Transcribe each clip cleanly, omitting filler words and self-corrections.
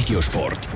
Regiosport.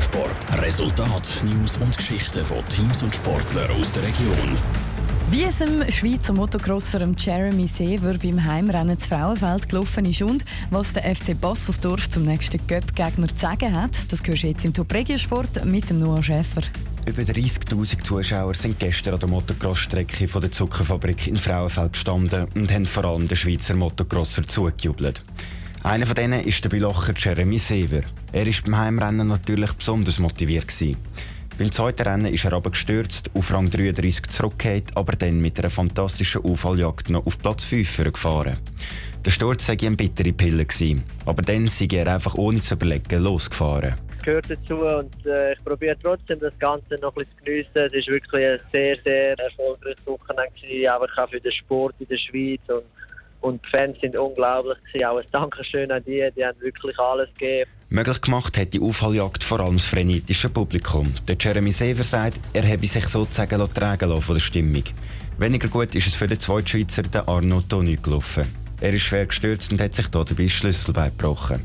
Resultat, News und Geschichten von Teams und Sportlern aus der Region. Wie es dem Schweizer Motocrosser Jeremy Seewer beim Heimrennen zu Frauenfeld gelaufen ist und was der FC Bassersdorf zum nächsten Cup-Gegner zu sagen hat, das hörst du jetzt im Top Regiosport mit dem Noah Schäfer. Über 30'000 Zuschauer sind gestern an der Motocross-Strecke von der Zuckerfabrik in Frauenfeld gestanden und haben vor allem den Schweizer Motocrosser zugejubelt. Einer von denen ist der Bülocher Jeremy Seewer. Er war beim Heimrennen natürlich besonders motiviert. Beim zweiten Rennen ist er aber gestürzt, auf Rang 33 zurückgefallen, aber dann mit einer fantastischen Aufholjagd noch auf Platz 5 gefahren. Der Sturz war eine bittere Pille, aber dann sei er einfach ohne zu überlegen losgefahren. Es gehört dazu und ich probiere trotzdem das Ganze noch ein bisschen zu geniessen. Es war wirklich ein sehr, sehr erfolgreiches Wochenende, einfach auch für den Sport in der Schweiz. Und die Fans sind unglaublich gewesen. Auch ein Dankeschön an die haben wirklich alles gegeben. Möglich gemacht hat die Aufholjagd vor allem das frenetische Publikum. Der Jeremy Seewer sagt, er habe sich sozusagen tragen lassen von der Stimmung. Weniger gut ist es für den Zweitschweizer, den Arno Toni, gelaufen. Er ist schwer gestürzt und hat sich dabei das Schlüsselbein gebrochen.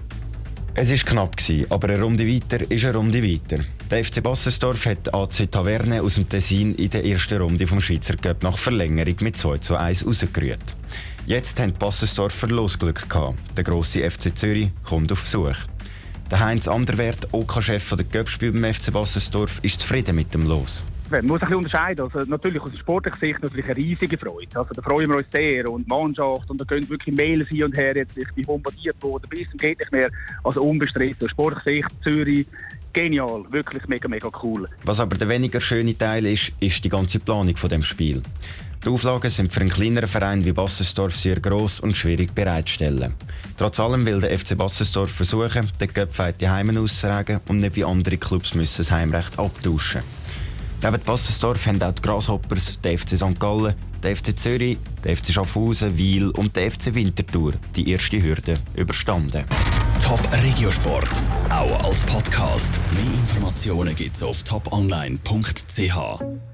Es war knapp, aber eine Runde weiter ist eine Runde weiter. Der FC Bassersdorf hat AC Taverne aus dem Tessin in der ersten Runde vom Schweizer Cup nach Verlängerung mit 2:1 rausgerührt. Jetzt haben die Bassersdorfer Losglück gehabt. Der grosse FC Zürich kommt auf Besuch. Der Heinz Anderwert, OK-Chef der Cup-Spiel beim FC Bassersdorf, ist zufrieden mit dem Los. Man muss ein bisschen unterscheiden. Also natürlich aus sportlicher Sicht natürlich eine riesige Freude. Also da freuen wir uns sehr und die Mannschaft und da können wirklich Mails hin und her. Jetzt ich bin bombardiert worden, bis zum geht nicht mehr. Also unbestritten. Aus sportlicher Sicht Zürich genial, wirklich mega, mega cool. Was aber der weniger schöne Teil ist die ganze Planung von dem Spiel. Die Auflagen sind für einen kleineren Verein wie Bassersdorf sehr gross und schwierig bereitzustellen. Trotz allem will der FC Bassersdorf versuchen, den Cup-Fight die Heime auszutragen und nicht wie andere Clubs müssen das Heimrecht abtauschen. Neben Bassersdorf haben auch die Grasshoppers, der FC St. Gallen, der FC Zürich, der FC Schaffhausen, Wil und der FC Winterthur die erste Hürde überstanden. Top Regiosport, auch als Podcast. Mehr Informationen gibt's auf toponline.ch.